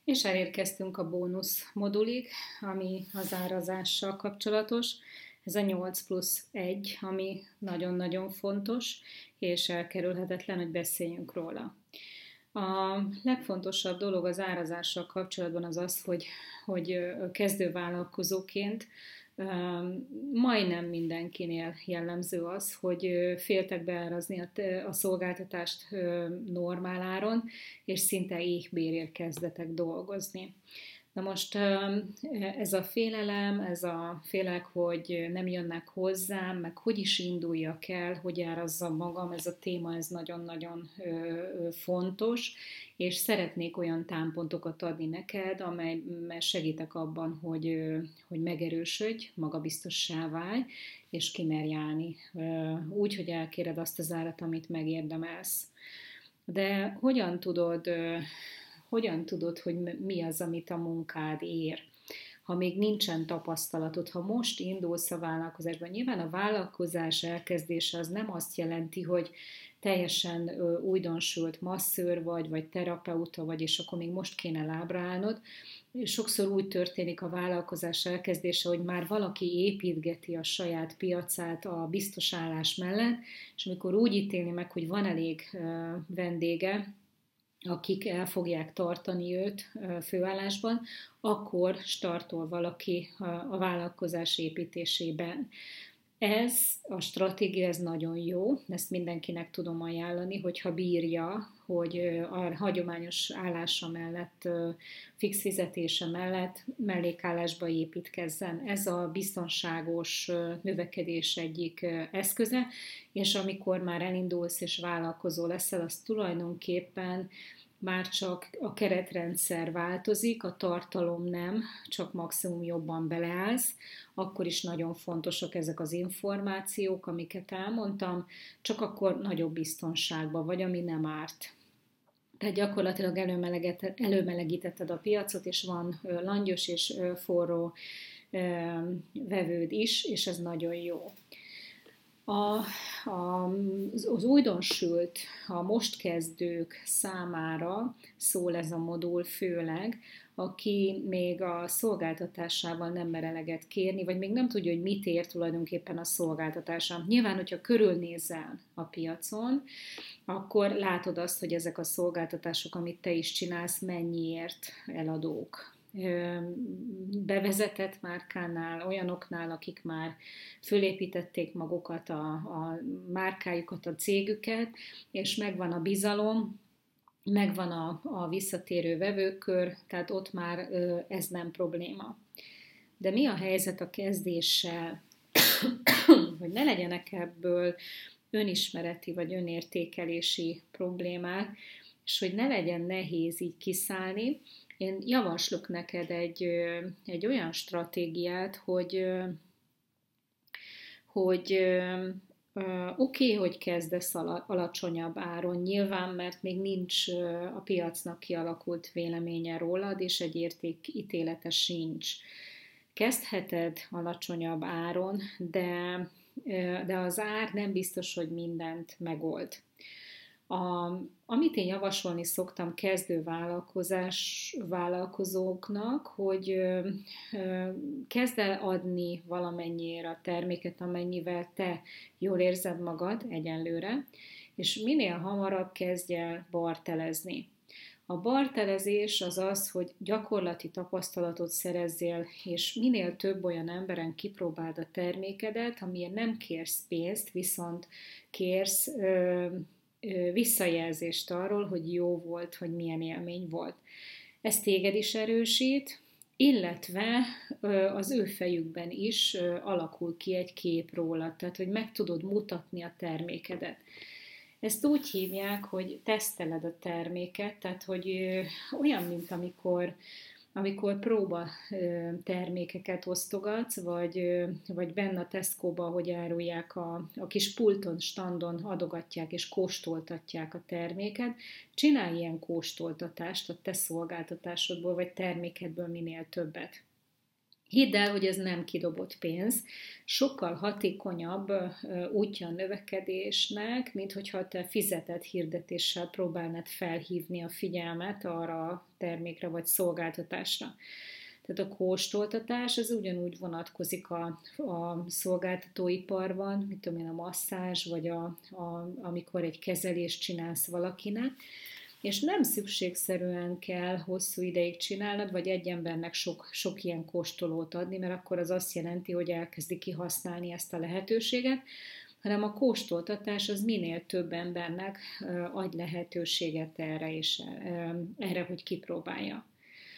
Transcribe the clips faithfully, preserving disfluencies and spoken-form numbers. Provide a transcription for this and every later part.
És elérkeztünk a bónusz modulig, ami az árazással kapcsolatos. Ez a nyolc plusz egy, ami nagyon-nagyon fontos, és elkerülhetetlen, hogy beszéljünk róla. A legfontosabb dolog az árazással kapcsolatban az az, hogy, hogy kezdővállalkozóként majdnem mindenkinél jellemző az, hogy féltek beárazni a, a szolgáltatást normál áron, és szinte éhbérért kezdetek dolgozni. Na most ez a félelem, ez a félek, hogy nem jönnek hozzám, meg hogy is induljak el, hogy árazzam magam, ez a téma, ez nagyon-nagyon fontos, és szeretnék olyan támpontokat adni neked, amelyben segítek abban, hogy, hogy megerősödj, magabiztossá válj, és kimerj állni, úgy, hogy elkéred azt az árat, amit megérdemelsz. De hogyan tudod hogyan tudod, hogy mi az, amit a munkád ér? Ha még nincsen tapasztalatod, ha most indulsz a vállalkozásban, nyilván a vállalkozás elkezdése az nem azt jelenti, hogy teljesen újdonsült masszőr vagy, vagy terapeuta vagy, és akkor még most kéne lábra állnod. Sokszor úgy történik a vállalkozás elkezdése, hogy már valaki építgeti a saját piacát a biztos állás mellett, és amikor úgy ítéli meg, hogy van elég vendége, akik el fogják tartani őt főállásban, akkor startol valaki a vállalkozás építésében. Ez a stratégia, ez nagyon jó, ezt mindenkinek tudom ajánlani, hogyha bírja, hogy a hagyományos állása mellett, fix fizetése mellett mellékállásba építkezzen. Ez a biztonságos növekedés egyik eszköze, és amikor már elindulsz és vállalkozó leszel, az tulajdonképpen már csak a keretrendszer változik, a tartalom nem, csak maximum jobban beleállsz, akkor is nagyon fontosak ezek az információk, amiket elmondtam, csak akkor nagyobb biztonságban vagy, ami nem árt. Tehát gyakorlatilag előmelegítetted a piacot, és van langyos és forró vevőd is, és ez nagyon jó. A, a, az újdonsült, a most kezdők számára szól ez a modul főleg, aki még a szolgáltatásával nem mer eleget kérni, vagy még nem tudja, hogy mit ér tulajdonképpen a szolgáltatása. Nyilván, hogyha körülnézel a piacon, akkor látod azt, hogy ezek a szolgáltatások, amit te is csinálsz, mennyiért eladók. Bevezetett márkánál, olyanoknál, akik már fölépítették magukat, a, a márkájukat, a cégüket, és megvan a bizalom, megvan a, a visszatérő vevőkör, tehát ott már ez nem probléma. De mi a helyzet a kezdéssel, hogy ne legyenek ebből önismereti vagy önértékelési problémák, és hogy ne legyen nehéz így kiszállni. Én javaslok neked egy, egy olyan stratégiát, hogy, hogy oké, okay, hogy kezdesz alacsonyabb áron, nyilván, mert még nincs a piacnak kialakult véleménye rólad, és egy értékítélete sincs. Kezdheted alacsonyabb áron, de, de az ár nem biztos, hogy mindent megold. A, amit én javasolni szoktam kezdő vállalkozás vállalkozóknak, hogy ö, ö, kezd el adni valamennyire a terméket, amennyivel te jól érzed magad egyenlőre, és minél hamarabb kezdj el bartelezni. A bartelezés az az, hogy gyakorlati tapasztalatot szerezzél, és minél több olyan emberen kipróbáld a termékedet, amiért nem kérsz pénzt, viszont kérsz ö, visszajelzést arról, hogy jó volt, hogy milyen élmény volt. Ez téged is erősít, illetve az ő fejükben is alakul ki egy kép róla, tehát hogy meg tudod mutatni a termékedet. Ezt úgy hívják, hogy teszteled a terméket, tehát hogy olyan, mint amikor amikor próba termékeket osztogatsz, vagy, vagy benne a Tesco-ba, hogy árulják a, a kis pulton, standon adogatják és kóstoltatják a terméket, csinálj ilyen kóstoltatást a te szolgáltatásodból, vagy termékedből minél többet. Hidd el, hogy ez nem kidobott pénz, sokkal hatékonyabb útja a növekedésnek, mint hogyha te fizetett hirdetéssel próbálnád felhívni a figyelmet arra a termékre vagy szolgáltatásra. Tehát a kóstoltatás az ugyanúgy vonatkozik a, a szolgáltatóiparban, mint tudom én, a masszázs, vagy a, a, amikor egy kezelést csinálsz valakinek, és nem szükségszerűen kell hosszú ideig csinálnod, vagy egy embernek sok, sok ilyen kóstolót adni, mert akkor az azt jelenti, hogy elkezdi kihasználni ezt a lehetőséget, hanem a kóstoltatás az minél több embernek ad lehetőséget erre, és erre, hogy kipróbálja.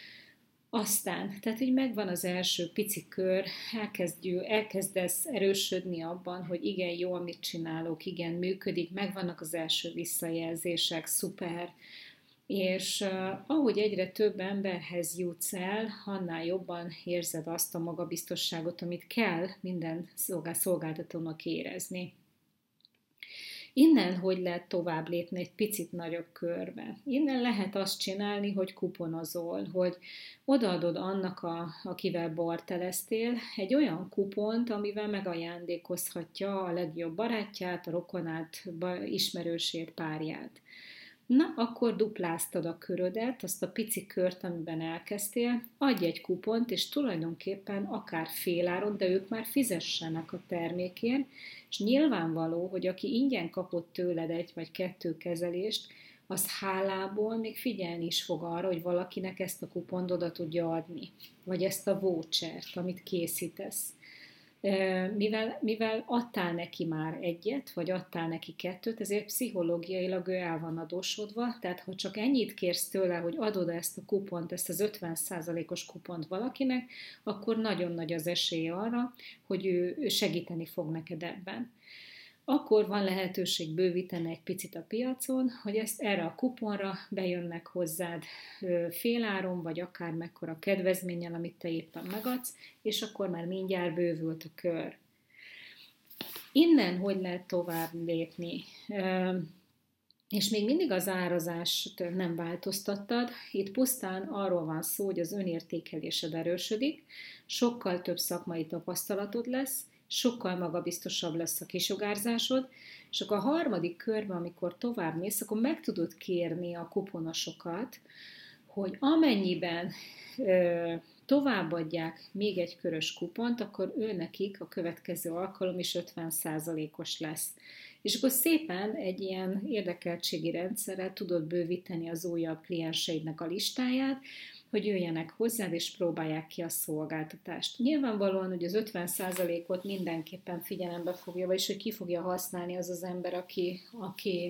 Aztán, tehát így megvan az első pici kör, elkezdjük, elkezdesz erősödni abban, hogy igen, jó, amit csinálok, igen, működik, megvannak az első visszajelzések, szuper, és uh, ahogy egyre több emberhez jutsz el, annál jobban érzed azt a magabiztosságot, amit kell minden szolgáltatónak érezni. Innen hogy lehet tovább lépni egy picit nagyobb körbe? Innen lehet azt csinálni, hogy kuponozol, hogy odaadod annak, a, akivel barteleztél, egy olyan kupont, amivel megajándékozhatja a legjobb barátját, a rokonát, ismerősét, párját. Na, akkor dupláztad a körödet, azt a pici kört, amiben elkezdtél, adj egy kupont, és tulajdonképpen akár féláron, de ők már fizessenek a termékért, és nyilvánvaló, hogy aki ingyen kapott tőled egy vagy kettő kezelést, az hálából még figyelni is fog arra, hogy valakinek ezt a kupont oda tudja adni, vagy ezt a vouchert, amit készítesz. Mivel, mivel adtál neki már egyet, vagy adtál neki kettőt, ezért pszichológiailag ő el van adósodva, tehát ha csak ennyit kérsz tőle, hogy adod ezt a kupont, ezt az ötven százalékos kupont valakinek, akkor nagyon nagy az esély arra, hogy ő segíteni fog neked ebben. Akkor van lehetőség bővíteni egy picit a piacon, hogy ezt erre a kuponra bejönnek hozzád féláron, vagy akár mekkora kedvezménnyel, amit te éppen megadsz, és akkor már mindjárt bővült a kör. Innen hogy lehet tovább lépni? És még mindig az árazást nem változtattad, itt pusztán arról van szó, hogy az önértékelésed erősödik, sokkal több szakmai tapasztalatod lesz, sokkal magabiztosabb lesz a kisugárzásod, és akkor a harmadik körben, amikor tovább mész, akkor meg tudod kérni a kuponosokat, hogy amennyiben ö, továbbadják még egy körös kupont, akkor ő nekik a következő alkalom is ötven százalékos lesz. És akkor szépen egy ilyen érdekeltségi rendszerrel tudod bővíteni az újabb klienseidnek a listáját, hogy jöjjenek hozzád és próbálják ki a szolgáltatást. Nyilvánvalóan, hogy az ötven százalékot mindenképpen figyelembe fogja, vagyis hogy ki fogja használni az az ember, aki, aki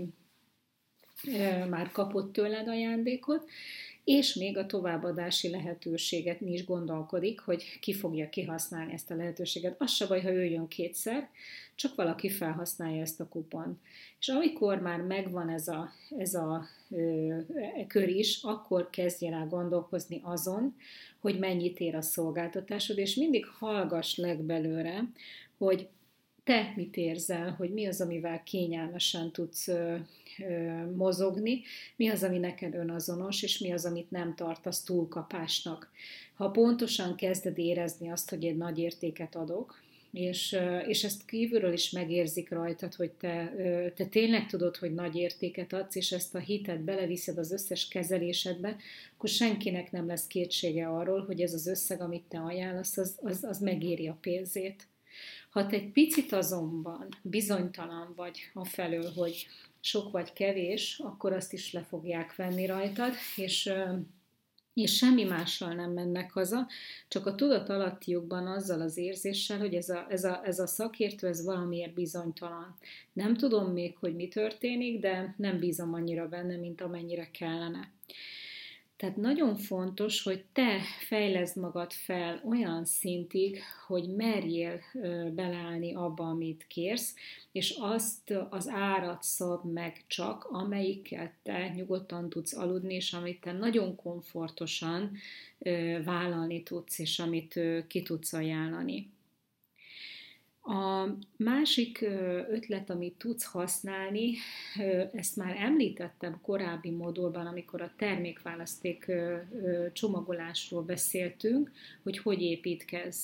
e, már kapott tőled ajándékot, és még a továbbadási lehetőséget is gondolkodik, hogy ki fogja kihasználni ezt a lehetőséget. Az se baj, ha ő jön kétszer, csak valaki felhasználja ezt a kupont. És amikor már megvan ez a, ez a ö, kör is, akkor kezdjen el gondolkozni azon, hogy mennyit ér a szolgáltatásod, és mindig hallgass legbelőle, hogy te mit érzel, hogy mi az, amivel kényelmesen tudsz ö, ö, mozogni, mi az, ami neked önazonos, és mi az, amit nem tartasz túlkapásnak. Ha pontosan kezded érezni azt, hogy egy nagy értéket adok, és, és ezt kívülről is megérzik rajtad, hogy te, te tényleg tudod, hogy nagy értéket adsz, és ezt a hitet beleviszed az összes kezelésedbe, akkor senkinek nem lesz kétsége arról, hogy ez az összeg, amit te ajánlasz, az, az, az megéri a pénzét. Ha te egy picit azonban bizonytalan vagy afelől, hogy sok vagy kevés, akkor azt is le fogják venni rajtad, és, és semmi mással nem mennek haza, csak a tudat alattiukban azzal az érzéssel, hogy ez a, ez, a, ez a szakértő, ez valamiért bizonytalan. Nem tudom még, hogy mi történik, de nem bízom annyira benne, mint amennyire kellene. Tehát nagyon fontos, hogy te fejleszd magad fel olyan szintig, hogy merjél beleállni abba, amit kérsz, és azt az árat szab meg csak, amelyikkel te nyugodtan tudsz aludni, és amit te nagyon komfortosan vállalni tudsz, és amit ki tudsz ajánlani. A másik ötlet, amit tudsz használni, ezt már említettem korábbi modulban, amikor a termékválaszték csomagolásról beszéltünk, hogy hogy építkezz.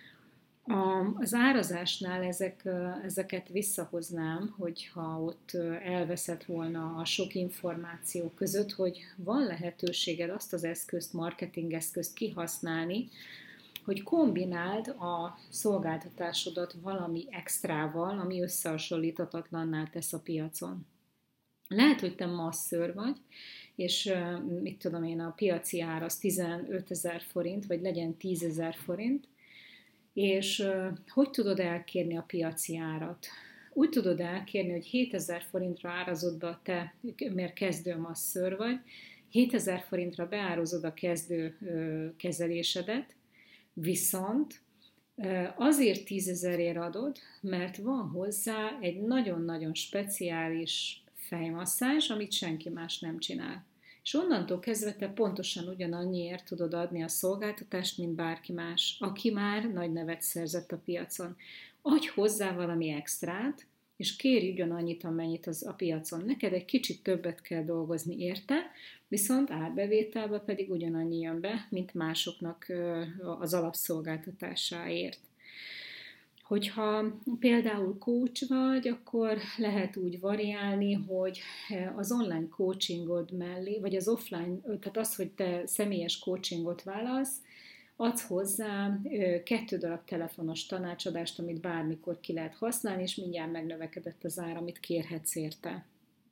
Az árazásnál ezek, ezeket visszahoznám, hogyha ott elveszett volna a sok információ között, hogy van lehetőséged azt az eszközt, marketing eszközt kihasználni, hogy kombináld a szolgáltatásodat valami extrával, ami összehasonlíthatatlanná tesz a piacon. Lehet, hogy te masször vagy, és mit tudom én, a piaci ár az tizenötezer forint, vagy legyen tízezer forint, és hogy tudod elkérni a piaci árat? Úgy tudod elkérni, hogy hétezer forintra árazod be a te, mert kezdő masször vagy, hétezer forintra beározod a kezdő kezelésedet, viszont azért tízezerért adod, mert van hozzá egy nagyon-nagyon speciális fejmasszázs, amit senki más nem csinál. És onnantól kezdve te pontosan ugyanannyiért tudod adni a szolgáltatást, mint bárki más, aki már nagy nevet szerzett a piacon. Adj hozzá valami extrát, és kérj ugyanannyit, amennyit az a piacon. Neked egy kicsit többet kell dolgozni érte, viszont árbevételbe pedig ugyanannyi jön be, mint másoknak az alapszolgáltatásáért. Hogyha például coach vagy, akkor lehet úgy variálni, hogy az online coachingod mellé, vagy az offline, tehát az, hogy te személyes coachingot válasz, adsz hozzá kettő darab telefonos tanácsadást, amit bármikor ki lehet használni, és mindjárt megnövekedett az ár, amit kérhetsz érte.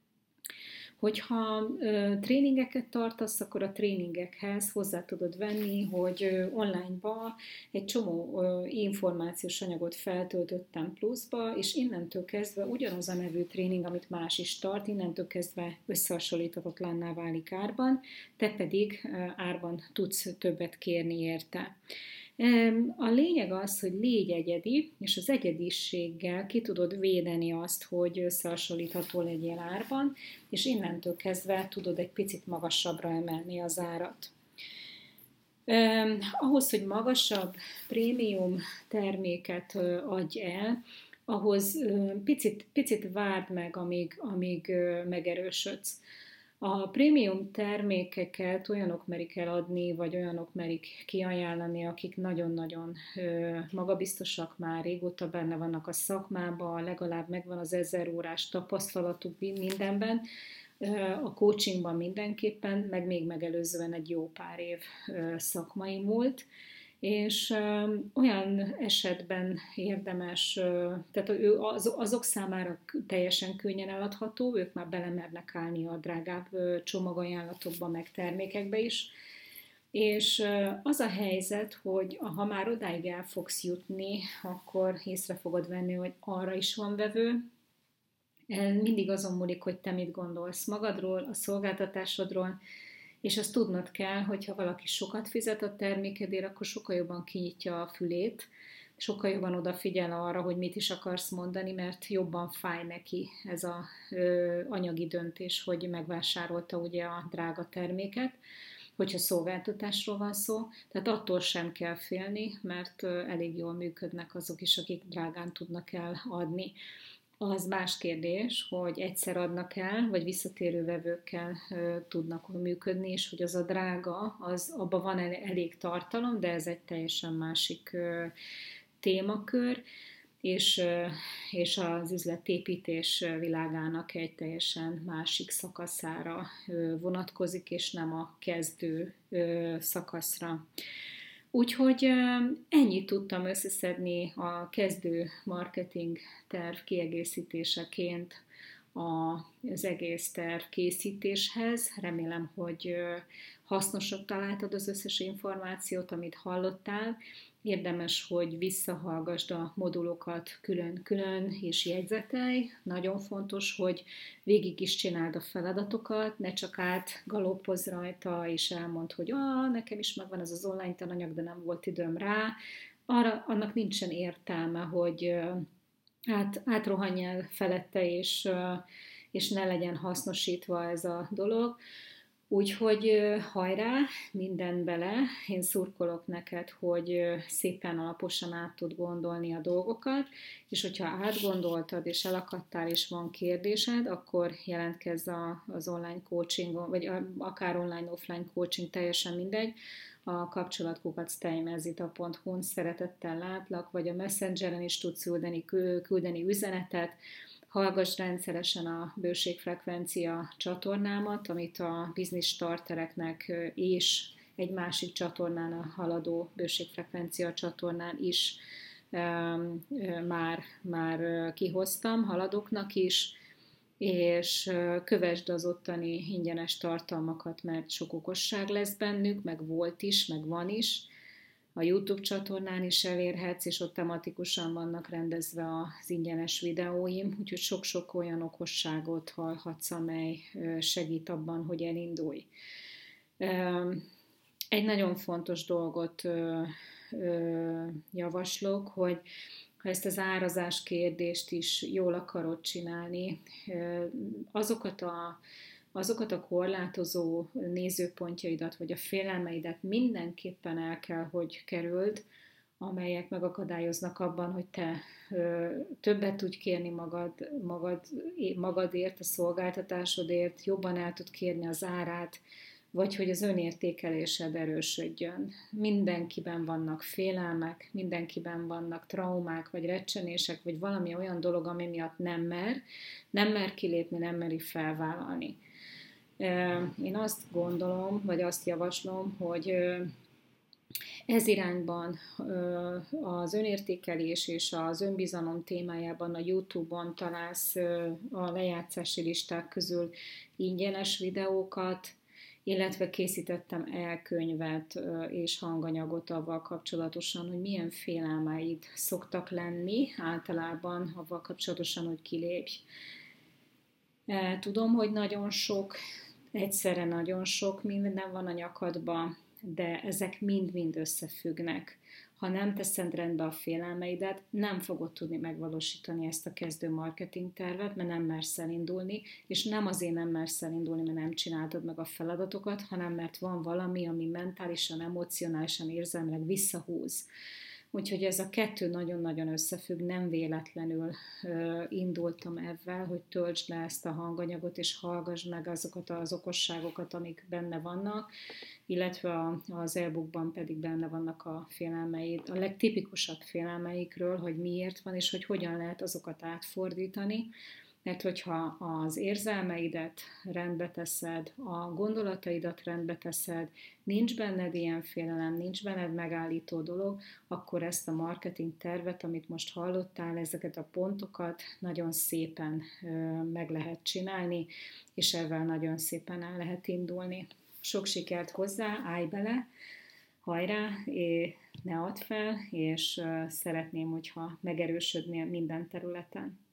Hogyha ö, tréningeket tartasz, akkor a tréningekhez hozzá tudod venni, hogy ö, online-ba egy csomó ö, információs anyagot feltöltöttem pluszba, és innentől kezdve ugyanaz a nevű tréning, amit más is tart, innentől kezdve összehasonlíthatatlanná válik árban, te pedig ö, árban tudsz többet kérni érte. A lényeg az, hogy légy egyedi, és az egyediséggel ki tudod védeni azt, hogy összehasonlítható legyél árban, és innentől kezdve tudod egy picit magasabbra emelni az árat. Eh, ahhoz, hogy magasabb prémium terméket adj el, ahhoz picit, picit várd meg, amíg, amíg megerősödsz. A prémium termékeket olyanok merik eladni, vagy olyanok merik kiajánlani, akik nagyon-nagyon magabiztosak már, régóta benne vannak a szakmában, legalább megvan az ezer órás tapasztalatuk mindenben, a coachingban mindenképpen, meg még megelőzően egy jó pár év szakmai múlt, és olyan esetben érdemes, tehát azok számára teljesen könnyen eladható, ők már belemernek állni a drágább csomagajánlatokba, meg termékekbe is, és az a helyzet, hogy ha már odáig el fogsz jutni, akkor észre fogod venni, hogy arra is van vevő. Mindig azon múlik, hogy te mit gondolsz magadról, a szolgáltatásodról, és azt tudnod kell, hogy ha valaki sokat fizet a termékedért, akkor sokkal jobban kinyitja a fülét, sokkal jobban odafigyel arra, hogy mit is akarsz mondani, mert jobban fáj neki ez az anyagi döntés, hogy megvásárolta ugye a drága terméket, hogyha szolgáltatásról van szó. Tehát attól sem kell félni, mert elég jól működnek azok is, akik drágán tudnak eladni. Az más kérdés, hogy egyszer adnak el, vagy visszatérő vevőkkel ö, tudnak működni, és hogy az a drága, az, abban van elég tartalom, de ez egy teljesen másik ö, témakör, és, ö, és az üzletépítés világának egy teljesen másik szakaszára ö, vonatkozik, és nem a kezdő ö, szakaszra. Úgyhogy ennyit tudtam összeszedni a kezdő marketing terv kiegészítéseként az egész terv készítéshez. Remélem, hogy hasznosabb találtad az összes információt, amit hallottál. Érdemes, hogy visszahallgasd a modulokat külön-külön és jegyzetelj. Nagyon fontos, hogy végig is csináld a feladatokat, ne csak átgalopozz rajta, és elmondd, hogy ah, nekem is megvan ez az online tananyag, de nem volt időm rá. Arra, annak nincsen értelme, hogy át, átrohanj el felette, és, és ne legyen hasznosítva ez a dolog. Úgyhogy hajrá, minden bele, én szurkolok neked, hogy szépen alaposan át tud gondolni a dolgokat, és hogyha átgondoltad és elakadtál és van kérdésed, akkor jelentkezz az online coachingon, vagy akár online, offline coaching, teljesen mindegy, a kapcsolatkukac stejmezita pont hu-n szeretettel látlak, vagy a Messengeren is tudsz küldeni, küldeni üzenetet. Hallgass rendszeresen a bőségfrekvencia csatornámat, amit a business startereknek és egy másik csatornán, a haladó bőségfrekvencia csatornán is már, már kihoztam, haladóknak is, és kövesd az ottani ingyenes tartalmakat, mert sok okosság lesz bennük, meg volt is, meg van is. A YouTube csatornán is elérhetsz, és ott tematikusan vannak rendezve az ingyenes videóim, úgyhogy sok-sok olyan okosságot hallhatsz, amely segít abban, hogy elindulj. Egy nagyon fontos dolgot javaslok, hogy ha ezt az árazás kérdést is jól akarod csinálni, azokat a, azokat a korlátozó nézőpontjaidat, vagy a félelmeidet mindenképpen el kell, hogy kerüld, amelyek megakadályoznak abban, hogy te ö, többet tudj kérni magad, magad, magadért, a szolgáltatásodért, jobban el tud kérni az árát, vagy hogy az önértékelésed erősödjön. Mindenkiben vannak félelmek, mindenkiben vannak traumák, vagy recsenések, vagy valami olyan dolog, ami miatt nem mer, nem mer kilépni, nem meri felvállalni. Én azt gondolom, vagy azt javaslom, hogy ez irányban az önértékelés és az önbizalom témájában a YouTube-on találsz a lejátszási listák közül ingyenes videókat, illetve készítettem elkönyvet és hanganyagot avval kapcsolatosan, hogy milyen félelmeid szoktak lenni általában avval kapcsolatosan, hogy kilépj. Tudom, hogy nagyon sok, egyszerre nagyon sok minden van a nyakadban, de ezek mind-mind összefüggnek. Ha nem teszed rendbe a félelmeidet, nem fogod tudni megvalósítani ezt a kezdő marketing tervet, mert nem mersz elindulni, és nem azért nem mersz elindulni, mert nem csináltad meg a feladatokat, hanem mert van valami, ami mentálisan, emocionálisan, érzelmileg visszahúz. Úgyhogy ez a kettő nagyon-nagyon összefügg, nem véletlenül ö, indultam ebben, hogy töltsd le ezt a hanganyagot, és hallgass meg azokat az okosságokat, amik benne vannak, illetve a, az e-bookban pedig benne vannak a félelmeid, a legtipikusabb félelmeikről, hogy miért van, és hogy hogyan lehet azokat átfordítani, mert hogyha az érzelmeidet rendbe teszed, a gondolataidat rendbe teszed, nincs benned ilyen félelem, nincs benned megállító dolog, akkor ezt a marketing tervet, amit most hallottál, ezeket a pontokat nagyon szépen meg lehet csinálni, és ezzel nagyon szépen el lehet indulni. Sok sikert hozzá, állj bele, hajrá, ne add fel, és szeretném, hogyha megerősödnél minden területen.